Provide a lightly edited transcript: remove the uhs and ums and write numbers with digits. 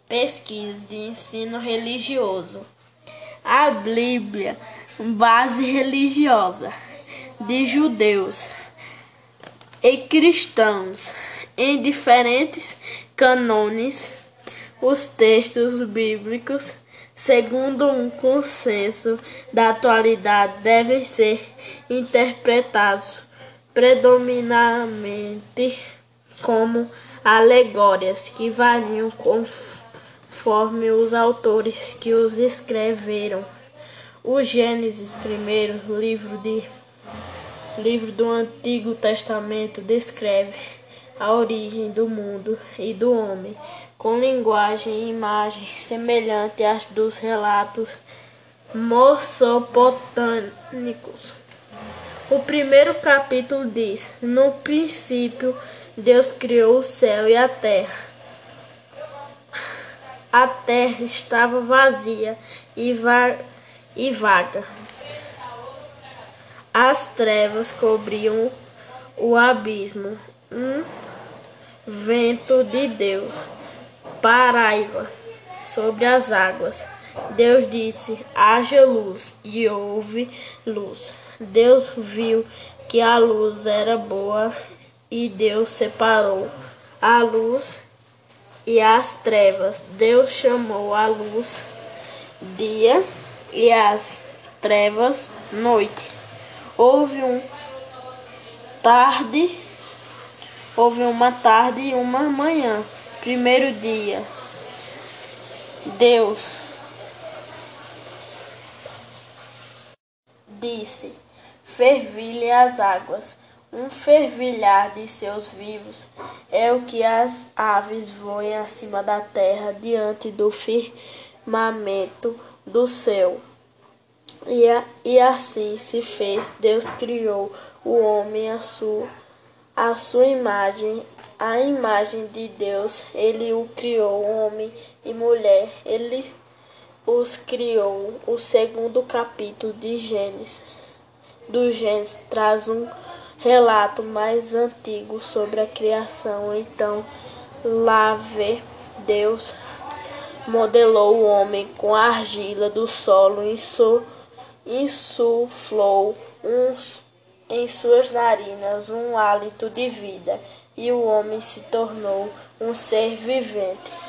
pesquisa de ensino religioso. A Bíblia, base religiosa de judeus e cristãos. Em diferentes cânones, os textos bíblicos, segundo um consenso da atualidade, devem ser interpretados predominantemente como alegorias que variam conforme os autores que os escreveram. O Gênesis, primeiro livro do Antigo Testamento, descreve a origem do mundo e do homem, com linguagem e imagem semelhante às dos relatos mesopotâmicos. O primeiro capítulo diz: no princípio, Deus criou o céu e a terra. A terra estava vazia e vaga. As trevas cobriam o abismo. Um vento de Deus pairava sobre as águas. Deus disse: haja luz, e houve luz. Deus viu que a luz era boa, e Deus separou a luz e as trevas. Deus chamou a luz dia e as trevas noite. Houve uma tarde e uma manhã. Primeiro dia. Deus disse: fervilhem as águas. Um fervilhar de seus vivos é o que as aves voem acima da terra diante do firmamento do céu. E assim se fez. Deus criou o homem à sua imagem. A imagem de Deus, ele o criou, homem e mulher, ele os criou. O segundo capítulo do Gênesis traz um relato mais antigo sobre a criação. Então, lá vê Deus modelou o homem com a argila do solo e insuflou em suas narinas um hálito de vida, e o homem se tornou um ser vivente.